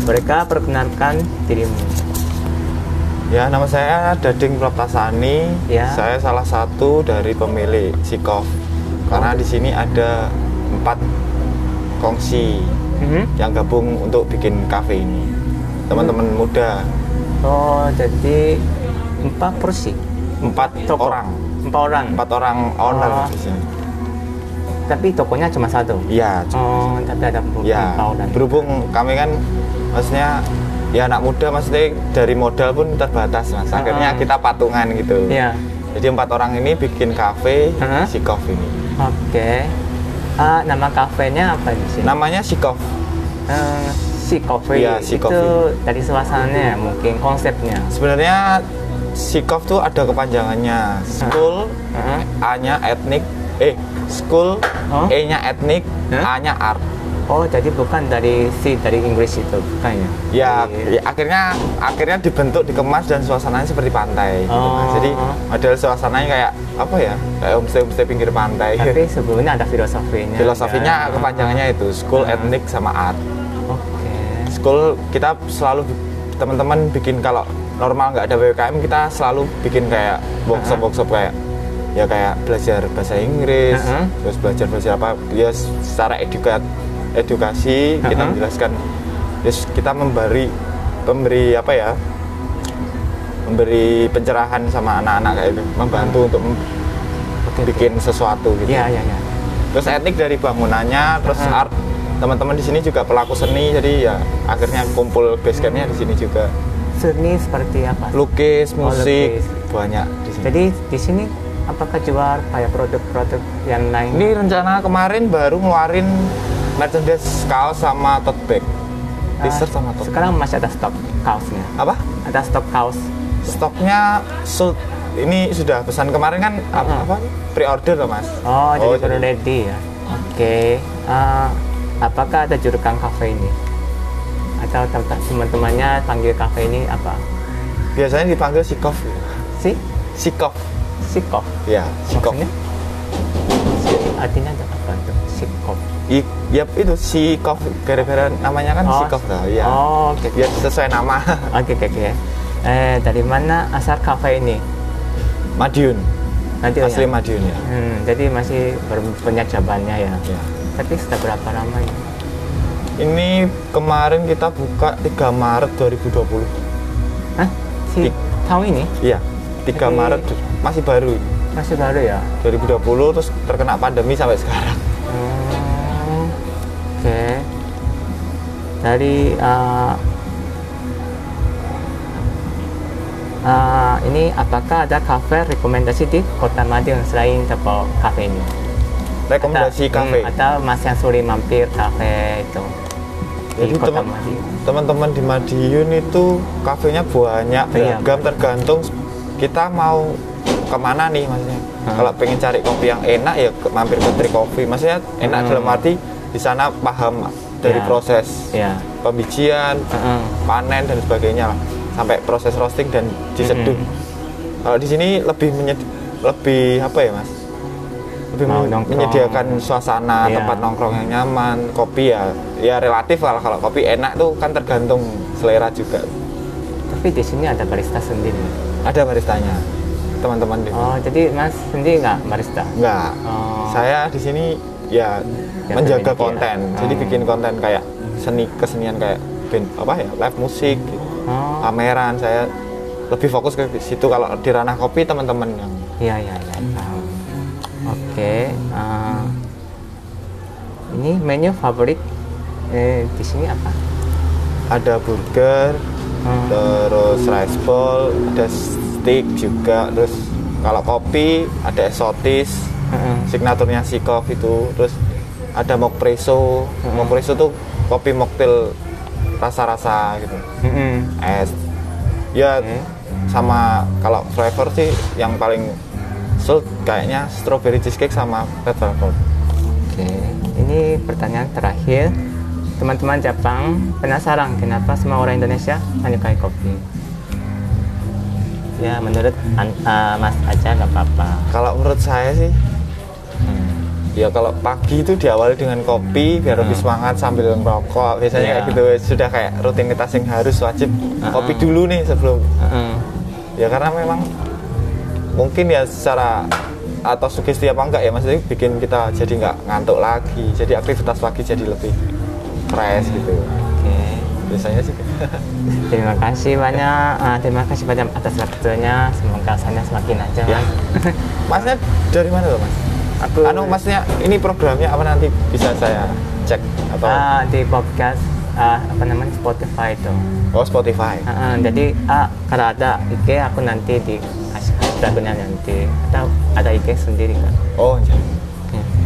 Mereka perkenalkan dirimu. Ya, nama saya Dading Praptasani. Ya. Saya salah satu dari pemilik Sikov. Karena di sini ada 4 kongsi yang gabung untuk bikin kafe ini. Teman-teman muda. Oh, jadi 4 kursi. 4 Toko. orang. 4 orang. 4 orang owner Oh. di sini. Tapi tokonya cuma satu. Iya. Oh, tapi ada Ya, 4 orang. berhubung kami kan maksudnya ya anak muda, maksudnya dari modal pun terbatas mas. Akhirnya kita patungan gitu. Iya. Jadi 4 orang ini bikin kafe Sikov ini. Oke. Nama kafenya apa di sini? Namanya Sikov. Si Coffee. Iya, Si itu Coffee. dari suasananya mungkin konsepnya. Sebenarnya Sikov tuh ada kepanjangannya. School, A-nya etnik, school, E-nya etnik, A-nya art. Oh, jadi bukan dari Inggris itu, bukan ya? Ya, akhirnya dibentuk, dikemas dan suasananya seperti pantai. Gitu, Mas. Jadi model suasananya kayak apa ya? Kayak homestay pinggir pantai. Tapi sebelumnya ada filosofinya. Filosofinya kepanjangannya itu school, etnik sama art. Oke. School kita selalu teman-teman bikin, kalau normal nggak ada WKM kita selalu bikin kayak workshop kayak belajar bahasa Inggris, terus belajar apa ya secara edukasi kita menjelaskan, terus kita memberi pencerahan sama anak-anak kayak itu, membantu untuk bikin sesuatu gitu. Iya. Terus etnik dari bangunannya, terus art, teman-teman di sini juga pelaku seni, jadi ya akhirnya kumpul base campnya di sini juga. Seni seperti apa? Lukis, musik, lukis. banyak di sini. Jadi di sini apakah jual kayak produk-produk yang lain? Ini rencana kemarin baru ngeluarin merchandise kaos sama tote bag, t-shirt sama tote bag. Sekarang masih ada stok kaosnya? Apa? Ada stok kaos? Stoknya ini sudah pesan kemarin kan apa pre-order loh mas. Oh, jadi baru ready ya. Oke. Apakah ada julukan kafe ini? Atau teman-temannya panggil kafe ini apa? Biasanya dipanggil Sikov. Sikov. Sikov? Ya, Sikov. Maksudnya? Artinya ada apa tuh? Sikov? Yap, itu Sikov, gara-gara namanya kan Sikov lah. Ya. Oh, oke. Biar sesuai nama. Oke. Dari mana asal kafe ini? Madiun. Asli ya? Madiun ya. Jadi masih punya jawabannya ya. Ya. Tapi sudah berapa lama ya? Ini kemarin kita buka 3 Maret 2020. Hah? Tahun ini? Iya, 3 Maret masih baru. Masih baru ya? 2020 terus terkena pandemi sampai sekarang. Oke. Dari ini apakah ada kafe rekomendasi di Kota Madiun selain toko kafe ini? Rekomendasi kafe? Atau Mas yang suri mampir kafe itu? Jadi teman-teman di Madiun itu kafenya banyak, beragam, tergantung kita mau kemana nih maksudnya. Kalau pengen cari kopi yang enak ya mampir ke Tri Coffee. Maksudnya enak dalam arti di sana paham dari proses pembijian, panen dan sebagainya lah, sampai proses roasting dan diseduh. Kalau di sini lebih apa ya mas? Lebih menyediakan suasana tempat nongkrong yang nyaman, kopi ya relatif lah. Kalau kopi enak tuh kan tergantung selera juga. Tapi di sini ada barista sendiri. Ada baristanya, teman-teman di. Oh, jadi mas sendiri nggak barista? Nggak. Saya di sini ya menjaga konten. Jadi bikin konten kayak kesenian kayak live musik, gitu. Pameran. Saya lebih fokus ke situ. Kalau di ranah kopi teman-teman yang. Iya. Oke, ini menu favorit di sini apa? Ada burger, terus rice bowl, ada steak juga, terus kalau kopi ada eksotis, signaturnya Sikov itu, terus ada mockpresso. Mockpresso tuh kopi mocktail rasa-rasa gitu, es, ya sama kalau flavor sih yang paling kayaknya strawberry cheesecake sama red velvet. Oke, ini pertanyaan terakhir. Teman-teman Jepang penasaran kenapa semua orang Indonesia menyukai kopi? Ya menurut Mas aja nggak apa-apa. Kalau menurut saya sih Ya kalau pagi itu diawali dengan kopi biar lebih semangat sambil ngerokok biasanya kayak gitu, sudah kayak rutinitas yang harus wajib kopi dulu nih sebelum ya karena memang mungkin ya secara atau sugesti apa enggak ya maksudnya bikin kita jadi nggak ngantuk lagi, jadi aktivitas pagi jadi lebih fresh gitu. Biasanya sih. Terima kasih banyak atas waktunya, semoga saya semakin aja ya. Masnya dari mana loh mas? Maksudnya ini programnya apa nanti bisa saya cek atau di podcast Spotify itu. Oh Spotify. Jadi kalau ada IG aku nanti di hashtagnya nanti atau ada IG sendiri kan? Oh iya.